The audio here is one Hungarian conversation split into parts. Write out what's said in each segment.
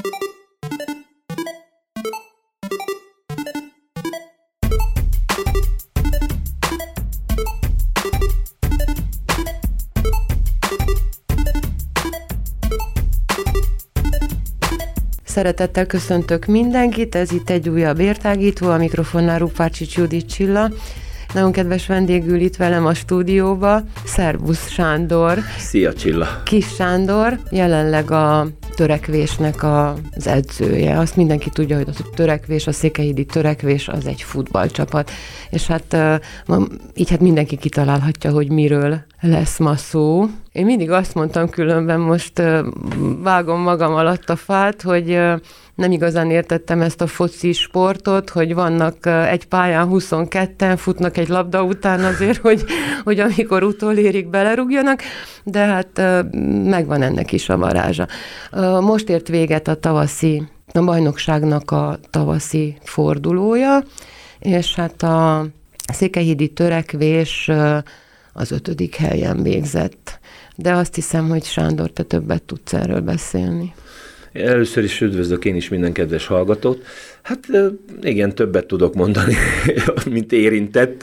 Szeretettel köszöntök mindenkit, ez itt egy újabb értágító, a mikrofonnál Rupácsics Judit Csilla. Nagyon kedves vendégül itt velem a stúdióba, Szerbusz Sándor. Szia Csilla! Kis Sándor, jelenleg a Törekvésnek az edzője. Azt mindenki tudja, hogy a Törekvés, a székelyhídi Törekvés az egy futballcsapat. És hát mindenki kitalálhatja, hogy miről lesz ma szó. Én mindig azt mondtam, különben most vágom magam alatt a fát, hogy nem igazán értettem ezt a foci sportot, hogy vannak egy pályán 22-en, futnak egy labda után azért, hogy amikor utolérik, belerúgjanak, de hát megvan ennek is a varázsa. Most ért véget a bajnokságnak a tavaszi fordulója, és hát a székelyhídi Törekvés az 5. helyen végzett. De azt hiszem, hogy Sándor, te többet tudsz erről beszélni. Először is üdvözlök én is minden kedves hallgatót. Hát igen, többet tudok mondani, mint érintett.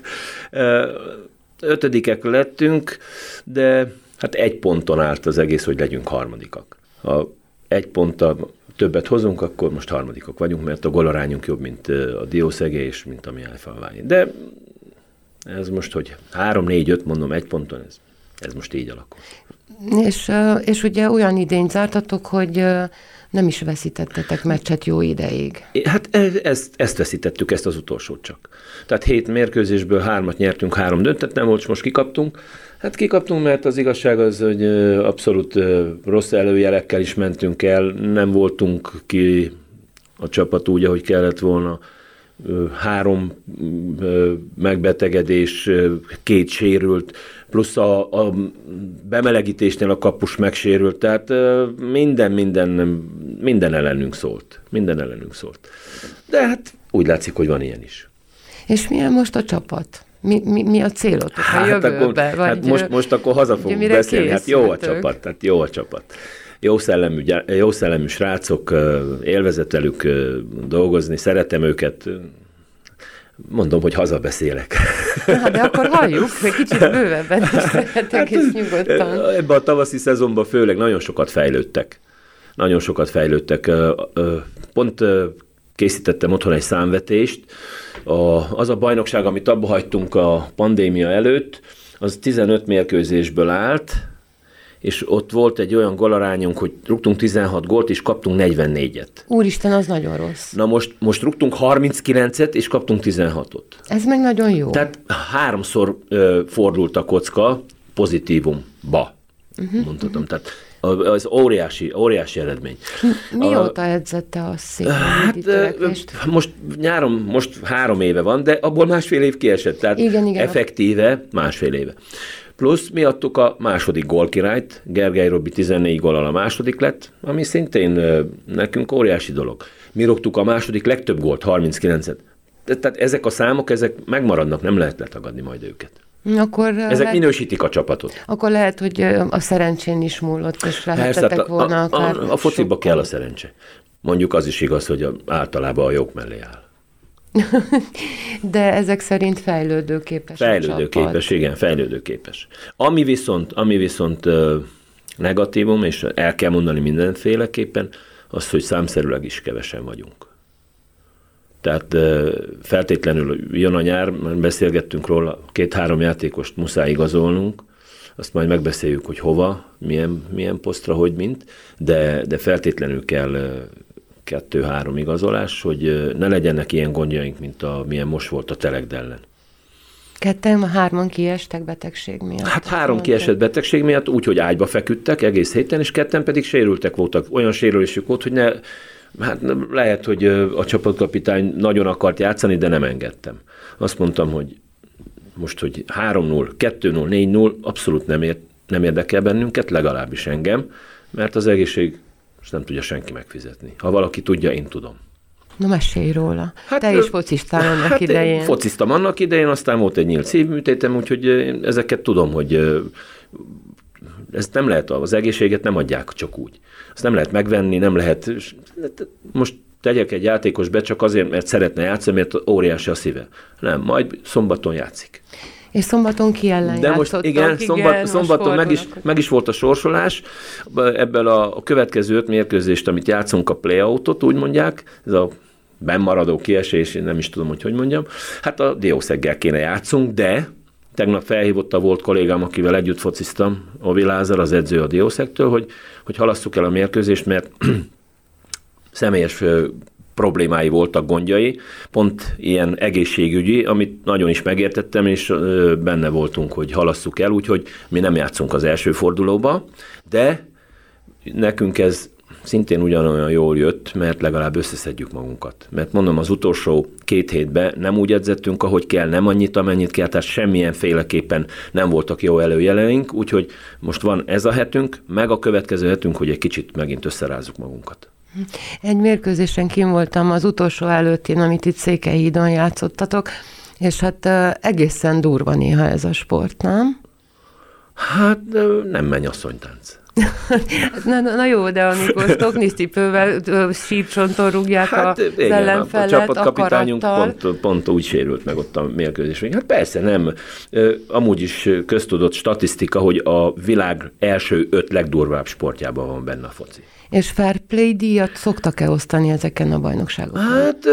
5. lettünk, de hát 1 ponton állt az egész, hogy legyünk 3. Ha 1 ponttal többet hozunk, akkor most 3. vagyunk, mert a gólarányunk jobb, mint a Diószegé és mint a Mihályfalványi. De ez most, hogy 3, 4, 5, mondom, 1 ponton, ez most így alakul. És ugye olyan idényt zártatok, hogy nem is veszítettetek meccset jó ideig. Hát ezt veszítettük, ezt az utolsót csak. Tehát 7 mérkőzésből 3-at nyertünk, 3 döntött nem volt, és most kikaptunk. Hát kikaptunk, mert az igazság az, hogy abszolút rossz előjelekkel is mentünk el, nem voltunk ki a csapat úgy, ahogy kellett volna. 3 megbetegedés, 2 sérült, plusz a bemelegítésnél a kapus megsérült, tehát minden ellenünk szólt. De hát úgy látszik, hogy van ilyen is. És milyen most a csapat? Mi a célotok a jövőbe? Most akkor haza fogunk beszélni, hát jó a csapat. Jó szellemű srácok, élvezett velük dolgozni, szeretem őket. Mondom, hogy hazabeszélek. De akkor halljuk, hogy kicsit bővebben is szeretek, és nyugodtan. Ebben a tavaszi szezonban főleg nagyon sokat fejlődtek. Pont készítettem otthon egy számvetést. Az a bajnokság, amit abba hagytunk a pandémia előtt, az 15 mérkőzésből állt, és ott volt egy olyan gólarányunk, hogy rúgtunk 16 gólt, és kaptunk 44-et. Úristen, az nagyon rossz. Na most rúgtunk 39-et, és kaptunk 16-ot. Ez meg nagyon jó. Tehát 3-szor fordult a kocka pozitívumba, mondhatom. Tehát az óriási eredmény. Mióta edzette a székelyhídi Törekvést? Most 3 éve van, de abból 1,5 év kiesett. Tehát igen. Effektíve 1,5 éve. Plusz mi adtuk a második gólkirályt, Gergely Robi 14 góllal a második lett, ami szintén nekünk óriási dolog. Mi rúgtuk a második legtöbb gólt, 39-et. Tehát ezek a számok, ezek megmaradnak, nem lehet letagadni majd őket. Ezek minősítik a csapatot. Akkor lehet, hogy a szerencsén is múlott, és lehetettek volna akár... A fociba kell a szerencse. Mondjuk az is igaz, hogy általában a jók mellé áll. De ezek szerint fejlődőképes a csapat. Igen, fejlődőképes. Ami viszont negatívum, és el kell mondani mindenféleképpen, az, hogy számszerűleg is kevesen vagyunk. Tehát feltétlenül jön a nyár, beszélgettünk róla, 2-3 játékost muszáj igazolnunk, azt majd megbeszéljük, hogy hova, milyen posztra, hogy mint, de feltétlenül kell 2-3 igazolás, hogy ne legyenek ilyen gondjaink, mint milyen most volt a Telek ellen. 2-3 kiestek betegség miatt. Hát 3 kiesett betegség miatt, úgy, hogy ágyba feküdtek egész héten, és 2 pedig sérültek voltak. Olyan sérülésük volt, hogy lehet, hogy a csapatkapitány nagyon akart játszani, de nem engedtem. Azt mondtam, hogy most, hogy 3-0, 2-0, 4-0, abszolút nem érdekel bennünket, legalábbis engem, mert az egészség most nem tudja senki megfizetni. Ha valaki tudja, én tudom. Na, mesélj róla. Te is fociztál annak idején. Fociztam annak idején, aztán volt egy nyílt szívműtétem, úgyhogy ezeket tudom, hogy ezt nem lehet, az egészséget nem adják csak úgy. Ezt nem lehet megvenni, nem lehet, most tegyek egy játékos be csak azért, mert szeretne játszani, mert óriási a szíve. Nem, majd szombaton játszik. És szombaton ki ellen de most igen, szombaton meg is volt a sorsolás. Ebből a következő 5 mérkőzést, amit játszunk, a play-outot, úgy mondják, ez a bennmaradó kiesés, én nem is tudom, hogy mondjam. Hát a Diószeggel kéne játszunk, de tegnap felhívott a volt kollégám, akivel együtt fociztam, Ovi Lázár, az edző a Diószegtől, hogy halasszuk el a mérkőzést, mert személyes problémái voltak, gondjai, pont ilyen egészségügyi, amit nagyon is megértettem, és benne voltunk, hogy halasszuk el, úgyhogy mi nem játszunk az első fordulóba, de nekünk ez szintén ugyanolyan jól jött, mert legalább összeszedjük magunkat. Mert mondom, az utolsó 2 hétben nem úgy edzettünk, ahogy kell, nem annyit, amennyit kell, tehát semmilyen féleképpen nem voltak jó előjeleink, úgyhogy most van ez a hetünk, meg a következő hetünk, hogy egy kicsit megint összerázzuk magunkat. Egy mérkőzésen kim voltam az utolsó előttén, amit itt Székelyhídon játszottatok, és hát egészen durva néha ez a sport, nem? Hát nem mennyasszonytánc. na jó, de amikor stoknisztipővel sípcsonton rúgják az ellenfelet, a csapatkapitányunk pont úgy sérült meg ott a mérkőzés. Hát persze nem. Amúgy is köztudott statisztika, hogy a világ első 5 legdurvább sportjában van benne a foci. És fair play díjat szoktak-e osztani ezeken a bajnokságokon? Hát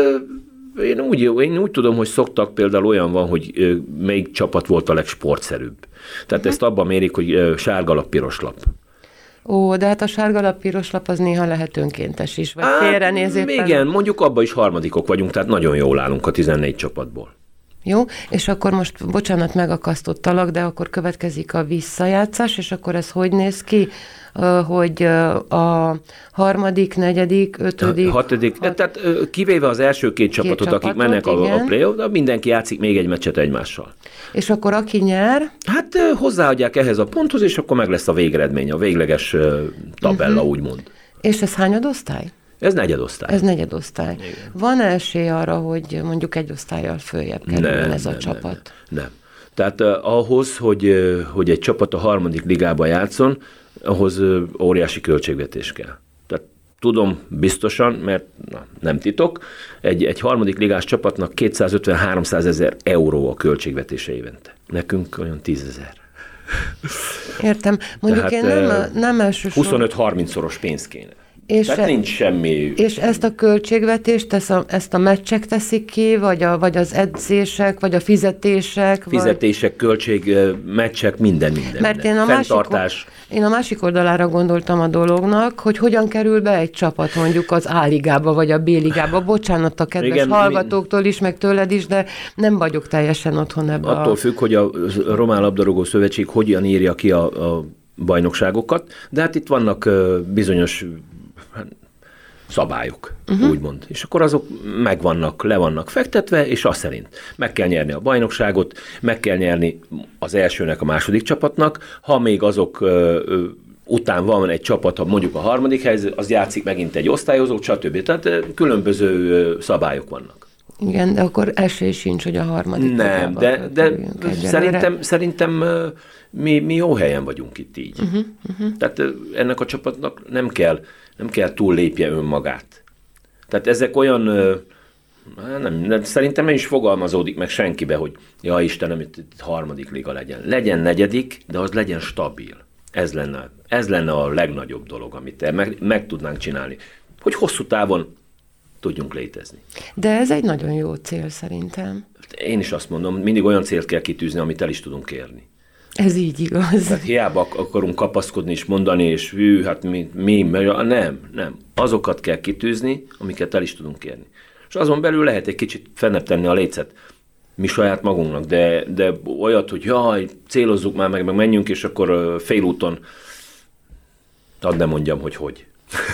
én úgy tudom, hogy szoktak, például olyan van, hogy melyik csapat volt a legsportszerűbb. Tehát ezt abban mérik, hogy sárgalap, piros lap. Ó, de hát a sárgalap, piros lap az néha lehet önkéntes is, vagy félrenézéppen. Igen, mondjuk abban is harmadikok vagyunk, tehát nagyon jól állunk a 14 csapatból. Jó, és akkor most, bocsánat, megakasztottalak, de akkor következik a visszajátszás, és akkor ez hogy néz ki? Hogy a 3., 4., 5., 6. Tehát kivéve az első 2 csapatot, akik mennek a play-off, de mindenki játszik még egy meccset egymással. És akkor aki nyer? Hát hozzáadják ehhez a ponthoz, és akkor meg lesz a végeredmény, a végleges tabella, úgymond. És ez hányadosztály? Ez negyedosztály. Ez negyedosztály. Van esély arra, hogy mondjuk egy osztállyal följebb kerüljön ez a csapat? Nem. Tehát ahhoz, hogy egy csapat a 3. ligában játszon, ahhoz óriási költségvetés kell. Tehát tudom biztosan, mert nem titok, egy 3. ligás csapatnak 250-300 ezer euró a költségvetése évente. Nekünk olyan 10 000. Értem. Mondjuk tehát én nem elsősorban... 25-30-szoros pénz kéne. És tehát nincs semmi... És ezt a költségvetést, ezt a meccsek teszik ki, vagy az edzések, vagy a fizetések? Fizetések, költség, meccsek, minden. Mert fenntartás. Én a másik oldalára gondoltam a dolognak, hogy hogyan kerül be egy csapat mondjuk az A-ligába, vagy a B-ligába. Bocsánat a kedves hallgatóktól is, meg tőled is, de nem vagyok teljesen otthon ebben. Attól függ, hogy a Román Labdarúgó Szövetség hogyan írja ki a bajnokságokat, de hát itt vannak bizonyos szabályok, úgymond. És akkor azok megvannak, le vannak fektetve, és az szerint meg kell nyerni a bajnokságot, meg kell nyerni az elsőnek, a második csapatnak, ha még azok után van egy csapat, mondjuk a 3. helyzet, az játszik megint egy osztályozó, stb. Tehát különböző szabályok vannak. Igen, de akkor esély sincs, hogy a 3. Nem, de szerintem mi jó helyen vagyunk itt így. Tehát ennek a csapatnak nem kell túllépje önmagát. Tehát ezek olyan, szerintem nem is fogalmazódik meg senkibe, hogy ja Istenem, itt 3. liga legyen. Legyen 4., de az legyen stabil. Ez lenne a legnagyobb dolog, amit meg tudnánk csinálni. Hogy hosszú távon tudjunk létezni. De ez egy nagyon jó cél szerintem. Én is azt mondom, mindig olyan célt kell kitűzni, amit el is tudunk érni. Ez így igaz. Tehát hiába akarunk kapaszkodni és mondani, és hát nem. Azokat kell kitűzni, amiket el is tudunk érni. És azon belül lehet egy kicsit fennebb tenni a lécet mi saját magunknak, de olyat, hogy jaj, célozzuk már meg menjünk, és akkor félúton hadd ne mondjam, hogy.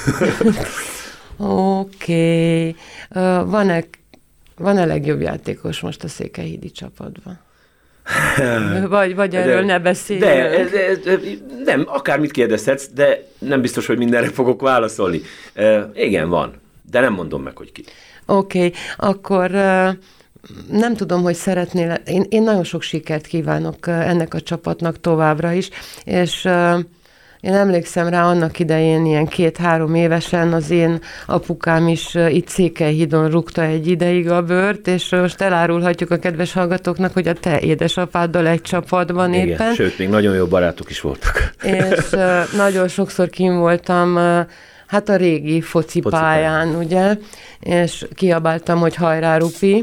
Oké. Van-e legjobb játékos most a székelyhídi csapatban? Vagy erről ne beszéljünk. Nem, akármit kérdezhetsz, de nem biztos, hogy mindenre fogok válaszolni. Igen, van, de nem mondom meg, hogy ki. Oké, akkor nem tudom, hogy szeretnél, én nagyon sok sikert kívánok ennek a csapatnak továbbra is, és Én emlékszem rá, annak idején ilyen 2-3 évesen az én apukám is itt Székelyhídon rúgta egy ideig a bőrt, és most elárulhatjuk a kedves hallgatóknak, hogy a te édesapáddal egy csapatban igen, éppen. Sőt, még nagyon jó barátok is voltak. És nagyon sokszor kim voltam hát a régi focipályán, ugye, és kiabáltam, hogy hajrá, Rupi.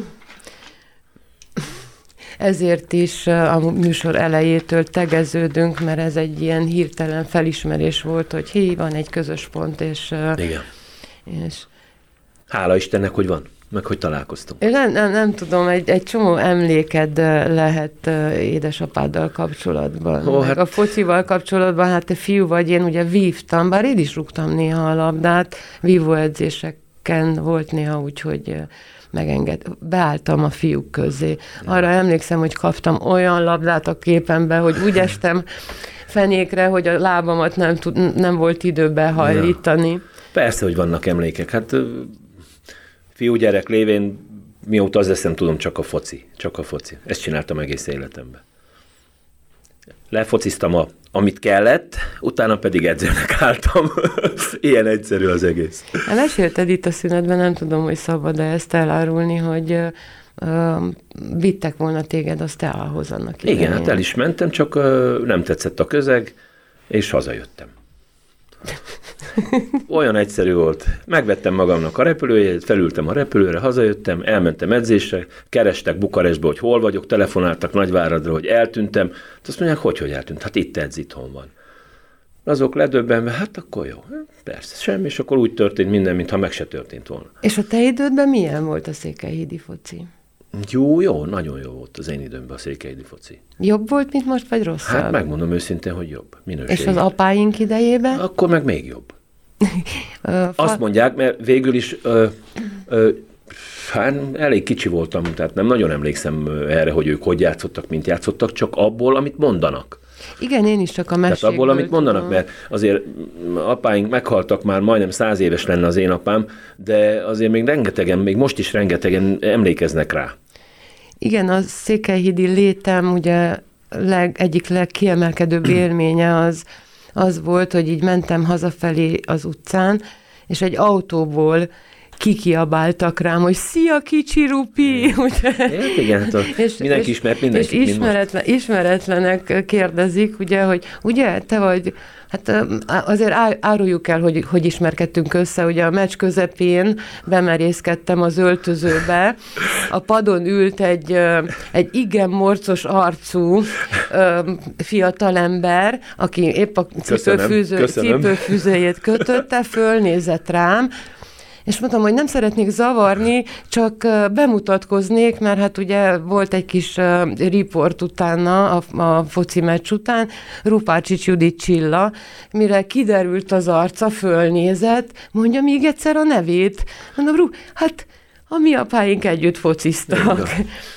Ezért is a műsor elejétől tegeződünk, mert ez egy ilyen hirtelen felismerés volt, hogy van egy közös pont, és... Igen. És hála Istennek, hogy van, meg hogy találkoztunk. Nem tudom, egy csomó emléked lehet édesapáddal kapcsolatban. Hát... A focival kapcsolatban, hát te fiú vagy, én ugye vívtam, bár én is rúgtam néha a labdát, vívóedzéseken volt néha úgy, hogy beálltam a fiúk közé. Arra emlékszem, hogy kaptam olyan labdát a képembe, hogy úgy estem fenékre, hogy a lábamat nem volt idő behajlítani. Ja. Persze, hogy vannak emlékek. Hát fiúgyerek lévén mióta az eszem tudom, csak a foci. Ezt csináltam egész életemben. Lefociztam amit kellett, utána pedig edzőnek álltam. Ilyen egyszerű az egész. Mesélted itt a szünetben, nem tudom, hogy szabad-e ezt elárulni, hogy vittek volna téged az teához annak idején. Igen, hát el is mentem, csak nem tetszett a közeg, és hazajöttem. Olyan egyszerű volt. Megvettem magamnak a repülőjegyet, felültem a repülőre, hazajöttem, elmentem edzésre, kerestek Bukarestbe, hogy hol vagyok, telefonáltak Nagyváradra, hogy eltűntem. Azt mondják, hogy eltűnt? Hát itt edz, itthon van. Azok ledöbbenve, hát akkor jó. Persze, semmi, és akkor úgy történt minden, mintha meg se történt volna. És a te idődben milyen volt a székelyhídi foci? Jó, nagyon jó volt az én időmben a székelyhídi foci. Jobb volt, mint most, vagy rosszabb? Hát megmondom őszintén, hogy jobb. Minőségi. És az apáink idejében? Akkor meg még jobb. Azt mondják, mert végül is hát elég kicsi voltam, tehát nem nagyon emlékszem erre, hogy ők hogy játszottak, mint játszottak, csak abból, amit mondanak. Igen, én is csak a mesékből. Tehát abból, amit mondanak, mert azért apáink meghaltak, már majdnem 100 éves lenne az én apám, de azért még most is rengetegen emlékeznek rá. Igen, a székelyhídi létem ugye egyik legkiemelkedőbb élménye az volt, hogy így mentem hazafelé az utcán, és egy autóból kikiabáltak rám, hogy szia, kicsi Rupi! Igen, mindenki ismert mindenkit. És ismeretlenek kérdezik, ugye, hogy ugye, te vagy, hát azért áruljuk el, hogy ismerkedtünk össze, ugye a meccs közepén bemerészkedtem az öltözőbe, a padon ült egy igen morcos arcú fiatalember, aki épp a cipőfűzőjét kötötte, fölnézett rám, és mondtam, hogy nem szeretnék zavarni, csak bemutatkoznék, mert hát ugye volt egy kis riport utána, a foci meccs után, Rupácsics Judit Csilla, mire kiderült az arca, fölnézett, mondja még egyszer a nevét. Mondom, hát a mi apáink együtt fociztak.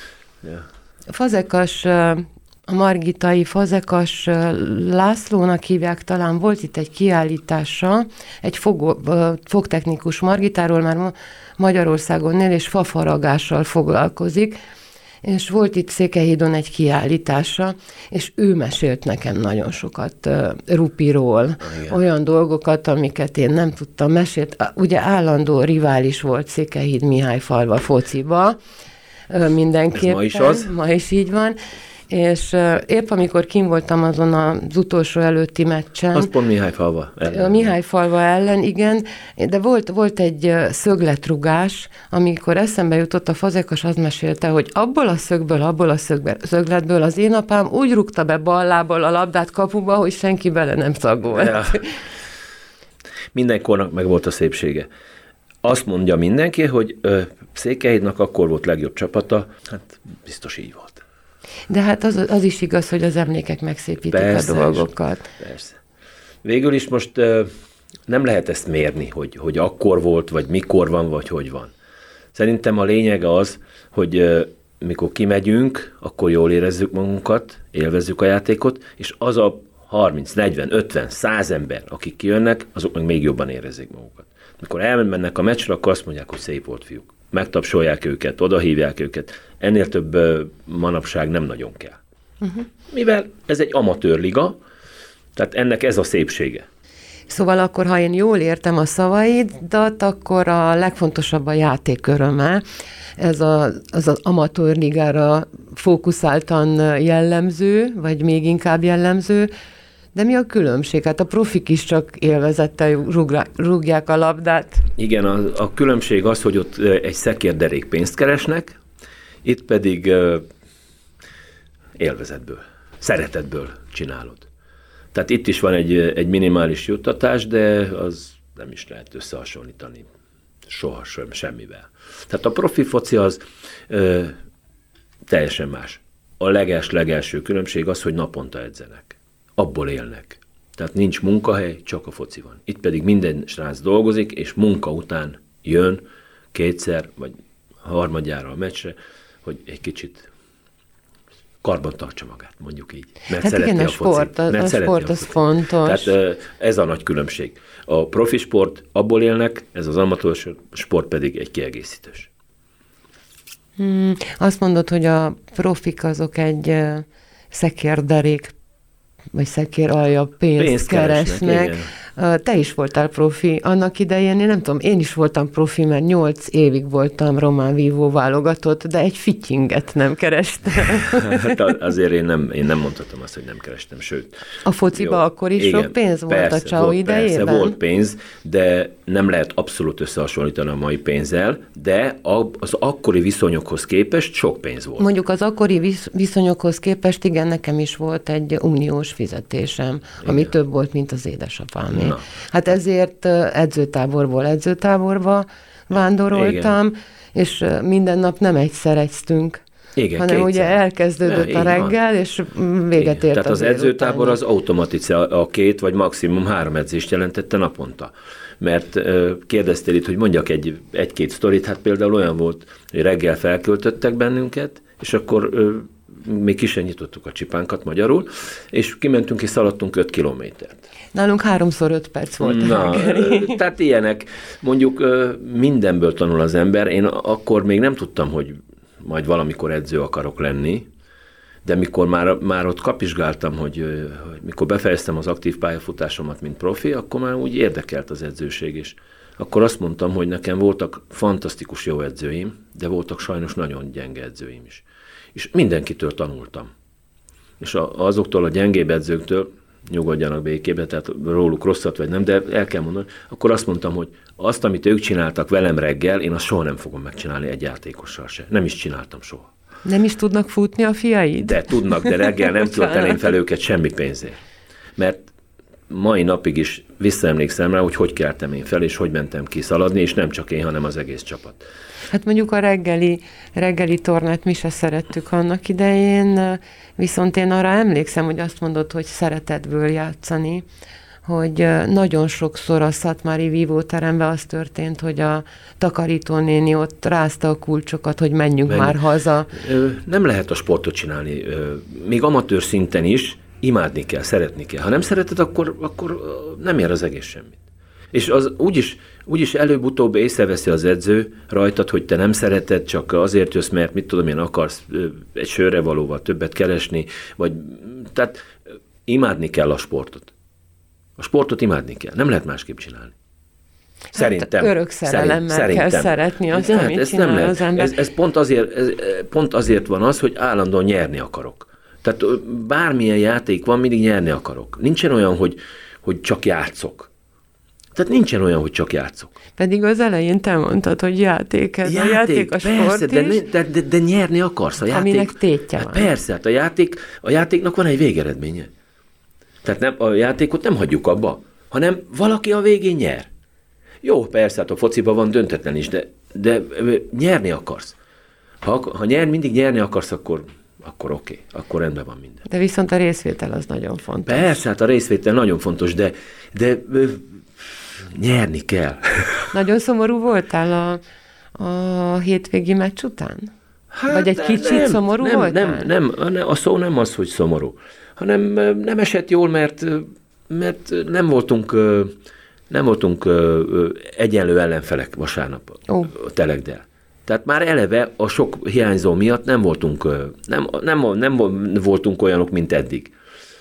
Fazekas, a margitai Fazekas Lászlónak hívják, talán volt itt egy kiállítása, egy fogtechnikus margitáról, már Magyarországon él, és fafaragással foglalkozik, és volt itt Székelyhídon egy kiállítása, és ő mesélt nekem nagyon sokat Rupiról, olyan dolgokat, amiket én nem tudtam, mesélt. Ugye állandó rivális volt Székelyhíd Mihályfalva fociba, mindenképpen. Ez ma is az? Ma is így van. És épp amikor kim voltam azon az utolsó előtti meccsen. Az pont Mihályfalva ellen. A Mihályfalva ellen, igen, de volt egy szögletrugás, amikor eszembe jutott a Fazekas, az mesélte, hogy abból a szögletből az én apám úgy rúgta be bal lábbal a labdát kapuba, hogy senki bele nem szagolt. Ja. Mindenkornak meg volt a szépsége. Azt mondja mindenki, hogy Székelyhídnak akkor volt legjobb csapata, hát biztos így volt. De hát az is igaz, hogy az emlékek megszépítik persze, a dolgokat. Persze. Végül is most nem lehet ezt mérni, hogy akkor volt, vagy mikor van, vagy hogy van. Szerintem a lényeg az, hogy mikor kimegyünk, akkor jól érezzük magunkat, élvezzük a játékot, és az a 30, 40, 50, 100 ember, akik kijönnek, azok meg még jobban érezzék magukat. Mikor elmennek a meccsre, akkor azt mondják, hogy szép volt, fiúk. Megtapsolják őket, odahívják őket. Ennél több manapság nem nagyon kell. Mivel ez egy amatőrliga, Tehát ennek ez a szépsége. Szóval akkor, ha én jól értem a szavaidat, akkor a legfontosabb a játék öröme. Ez az amatőr ligára fókuszáltan jellemző, vagy még inkább jellemző, de mi a különbség? Hát a profik is csak élvezettel rúgják a labdát. Igen, a különbség az, hogy ott egy szekérderék pénzt keresnek, itt pedig élvezetből, szeretetből csinálod. Tehát itt is van egy minimális juttatás, de az nem is lehet összehasonlítani soha semmivel. Tehát a profi foci az teljesen más. A legelső különbség az, hogy naponta edzenek. Abból élnek. Tehát nincs munkahely, csak a foci van. Itt pedig minden srác dolgozik, és munka után jön kétszer, vagy harmadjára a meccsre, hogy egy kicsit karban tartsa magát, mondjuk így. Mert hát igen, a sport, a sport az fontos. Tehát ez a nagy különbség. A profi sport abból élnek, ez az amatőr sport pedig egy kiegészítős. Azt mondod, hogy a profik azok egy szekérderék, vagy szekéralja pénzt keresnek. Igen. Te is voltál profi. Annak idején, én nem tudom, én is voltam profi, mert 8 évig voltam román vívó válogatott, de egy fittyinget nem kerestem. Hát azért én nem mondhatom azt, hogy nem kerestem, sőt. A fociba akkor is sok pénz volt persze, a Csau idejében? Persze, volt pénz, de nem lehet abszolút összehasonlítani a mai pénzzel, de az akkori viszonyokhoz képest sok pénz volt. Mondjuk az akkori viszonyokhoz képest, igen, nekem is volt egy uniós fizetésem, ami igen. Több volt, mint az édesapámé. Na. Hát ezért edzőtáborból edzőtáborba vándoroltam, igen. És minden nap nem egyszer egyztünk, igen, hanem kétszer. Ugye elkezdődött a reggel, és véget ért. Tehát az edzőtábor az automatice a 2 vagy maximum 3 edzést jelentette naponta. Mert kérdeztél itt, hogy mondjak egy-két sztorit, hát például olyan volt, hogy reggel felköltöttek bennünket, és akkor még ki sem nyitottuk a csipánkat magyarul, és kimentünk és szaladtunk 5 kilométert. Nálunk 3x5 perc volt. Na, tehát ilyenek. Mondjuk mindenből tanul az ember. Én akkor még nem tudtam, hogy majd valamikor edző akarok lenni, de mikor már ott kapizsgáltam, hogy mikor befejeztem az aktív pályafutásomat, mint profi, akkor már úgy érdekelt az edzőség is. Akkor azt mondtam, hogy nekem voltak fantasztikus jó edzőim, de voltak sajnos nagyon gyenge edzőim is. És mindenkitől tanultam. És azoktól a gyengébb edzőktől, nyugodjanak békébe, tehát róluk rosszat vagy nem, de el kell mondani, akkor azt mondtam, hogy azt, amit ők csináltak velem reggel, én azt soha nem fogom megcsinálni egy játékossal se. Nem is csináltam soha. Nem is tudnak futni a fiaid? De tudnak, de reggel nem tölteném fel őket semmi pénzért. Mert mai napig is visszaemlékszem rá, hogy keltem én fel, és hogy mentem ki szaladni, és nem csak én, hanem az egész csapat. Hát mondjuk a reggeli tornát mi se szerettük annak idején, viszont én arra emlékszem, hogy azt mondod, hogy szeretetből játszani, hogy nagyon sokszor a szatmári vívóteremben az történt, hogy a takarítónéni ott rázta a kulcsokat, hogy menjünk már haza. Nem lehet a sportot csinálni, még amatőr szinten is imádni kell, szeretni kell. Ha nem szereted, akkor nem ér az egész semmit. És az úgyis előbb-utóbb észreveszi az edző rajtad, hogy te nem szereted, csak azért jössz, mert mit tudom én, akarsz egy sörre valóval többet keresni, tehát imádni kell a sportot. A sportot imádni kell, nem lehet másképp csinálni. Szerintem. Hát örök szerelemmel kell szeretni azt, amit csinál az ember. Ez pont azért van az, hogy állandóan nyerni akarok. Tehát bármilyen játék van, mindig nyerni akarok. Nincsen olyan, hogy csak játszok. Tehát nincsen olyan, hogy csak játszok. Pedig az elején te mondtad, hogy játék ez. A játék a sport persze, de nyerni akarsz. Aminek tétje van. Persze, hát a játéknak van egy végeredménye. Tehát a játékot nem hagyjuk abba, hanem valaki a végén nyer. Jó, persze, hát a fociban van döntetlen is, de nyerni akarsz. Ha mindig nyerni akarsz, akkor oké, akkor rendben van minden. De viszont a részvétel az nagyon fontos. Persze, hát a részvétel nagyon fontos, de nyerni kell. Nagyon szomorú voltál a hétvégi meccs után? Hát vagy egy kicsit szomorú voltál? Nem, a szó nem az, hogy szomorú, hanem nem esett jól, mert nem voltunk egyenlő ellenfelek vasárnap a Telegdel. Tehát már eleve a sok hiányzó miatt nem voltunk olyanok, mint eddig.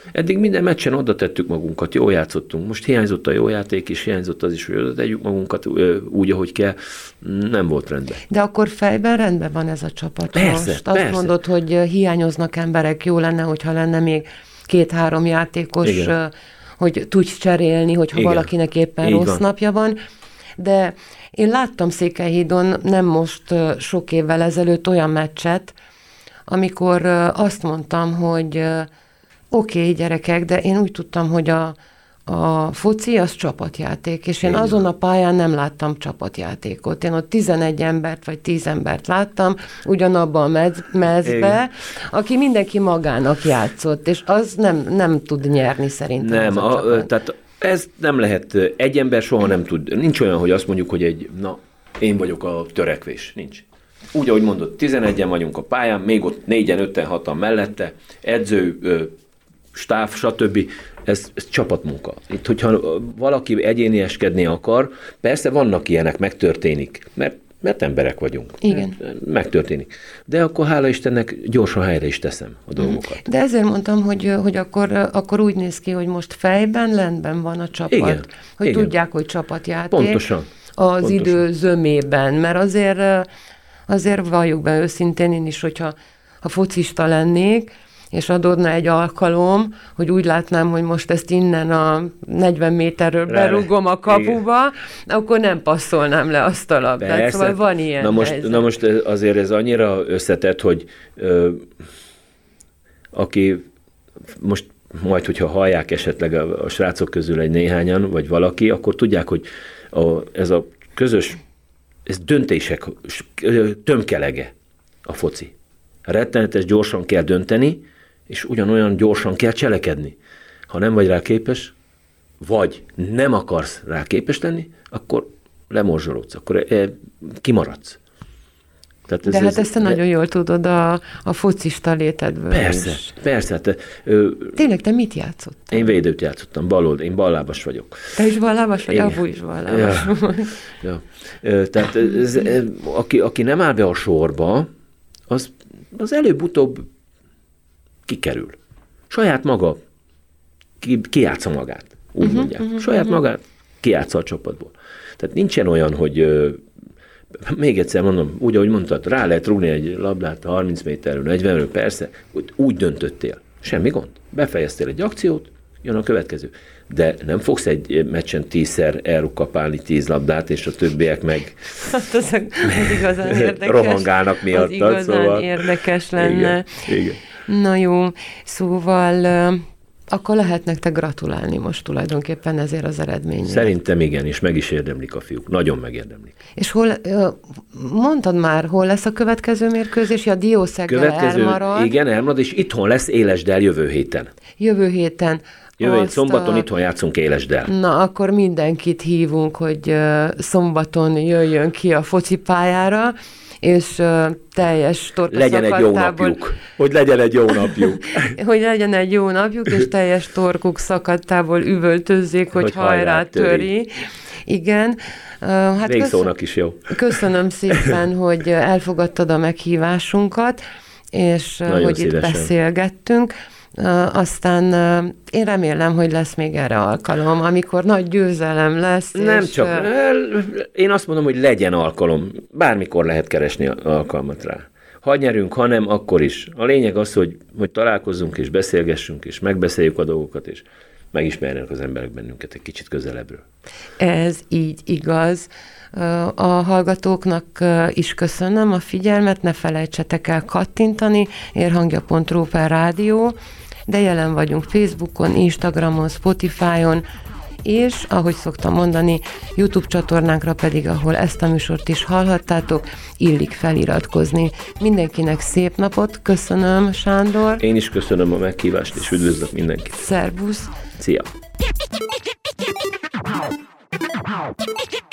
Eddig minden meccsen oda tettük magunkat, jól játszottunk. Most hiányzott a jó játék, és hiányzott az is, hogy oda tegyük magunkat úgy, ahogy kell. Nem volt rendben. De akkor fejben rendben van ez a csapat. Persze, most azt mondod, hogy hiányoznak emberek, jó lenne, hogyha lenne még 2-3 játékos, igen, hogy tudsz cserélni, hogyha igen, valakinek éppen rossz van, napja van. De én láttam Székelyhídon nem most sok évvel ezelőtt olyan meccset, amikor azt mondtam, hogy oké, gyerekek, de én úgy tudtam, hogy a foci az csapatjáték, és én azon a pályán nem láttam csapatjátékot. Én ott 11 embert vagy 10 embert láttam, ugyanabban a mezbe, aki mindenki magának játszott, és az nem tud nyerni szerintem. Nem, tehát ez nem lehet, egy ember soha nem tud, nincs olyan, hogy azt mondjuk, hogy én vagyok a törekvés, nincs. Úgy, ahogy mondod, 11-en vagyunk a pályán, még ott 4-en, 5-en, 6-an mellette, edző, stáb, stb. Ez csapatmunka. Itt, hogyha valaki egyénieskedni akar, persze vannak ilyenek, megtörténik, mert emberek vagyunk. Igen. Megtörténik. De akkor hála Istennek gyorsan helyre is teszem a dolgokat. De ezért mondtam, hogy akkor úgy néz ki, hogy most fejben, lendben van a csapat. Igen. Hogy igen, tudják, hogy csapatjáték. Pontosan. Az idő zömében, mert azért valljuk be őszintén én is, hogyha focista lennék, és adódna egy alkalom, hogy úgy látnám, hogy most ezt innen a 40 méterről berúgom a kapuba, igen, akkor nem passzolnám le azt a labdát. Persze. Szóval van ilyen na most azért ez annyira összetett, hogy aki most majd, hogyha hallják esetleg a srácok közül egy néhányan, vagy valaki, akkor tudják, hogy ez a közös, ez döntések tömkelege a foci. Rettenetes gyorsan kell dönteni, és ugyanolyan gyorsan kell cselekedni. Ha nem vagy rá képes, vagy nem akarsz rá képes lenni, akkor lemorzsolódsz, akkor kimaradsz. Tehát hát ezt te nagyon jól tudod a focista létedből. Persze. Hát, tényleg, te mit játszottál? Én védőt játszottam, balold, én ballábas vagyok. Te is ballábas vagy? Apu is ballábas. Ja. Tehát aki nem áll be a sorba, az előbb-utóbb kikerül. Saját maga kijátsza magát, úgy mondják. Saját magát kijátsza a csapatból. Tehát nincsen olyan, hogy még egyszer mondom, úgy, ahogy mondtad, rá lehet rúgni egy labdát 30 méterről, 40-ről, persze, úgy döntöttél. Semmi gond. Befejeztél egy akciót, jön a következő. De nem fogsz egy meccsen 10-szer elrukkapálni 10 labdát, és a többiek meg az igazán érdekes. Rohangálnak miattad. Az igazán érdekes lenne. Igen. Na jó, szóval akkor lehet nektek gratulálni most tulajdonképpen ezért az eredményért. Szerintem igen, és meg is érdemlik a fiúk. Nagyon megérdemlik. És mondtad már, hol lesz a következő mérkőzés? A Diószegre elmarad. Igen, elmarad, és itthon lesz Élesdel jövő héten. Jövő héten szombaton itthon játszunk Élesdel. Na, akkor mindenkit hívunk, hogy szombaton jöjjön ki a focipályára, és teljes torkaszakadtából... Legyen egy jó napjuk. Hogy legyen egy jó napjuk. Hogy legyen egy jó napjuk, és teljes torkuk szakadtából üvöltözzék, hogy hajrá töri. Igen. Hát végszónak is jó. Köszönöm szépen, hogy elfogadtad a meghívásunkat, és nagyon hogy szívesen. Itt beszélgettünk. Aztán én remélem, hogy lesz még erre alkalom, amikor nagy győzelem lesz. Nem és csak. Én azt mondom, hogy legyen alkalom. Bármikor lehet keresni alkalmat rá. Ha nyerünk, ha nem, akkor is. A lényeg az, hogy találkozzunk és beszélgessünk, és megbeszéljük a dolgokat, és megismerjenek az emberek bennünket egy kicsit közelebbről. Ez így igaz. A hallgatóknak is köszönöm a figyelmet, ne felejtsetek el kattintani, érhangja.ru/rádió, de jelen vagyunk Facebookon, Instagramon, Spotify-on, és, ahogy szoktam mondani, YouTube csatornánkra pedig, ahol ezt a műsort is hallhattátok, illik feliratkozni. Mindenkinek szép napot, köszönöm, Sándor. Én is köszönöm a meghívást, és üdvözlök mindenkit. Szervusz. Szia.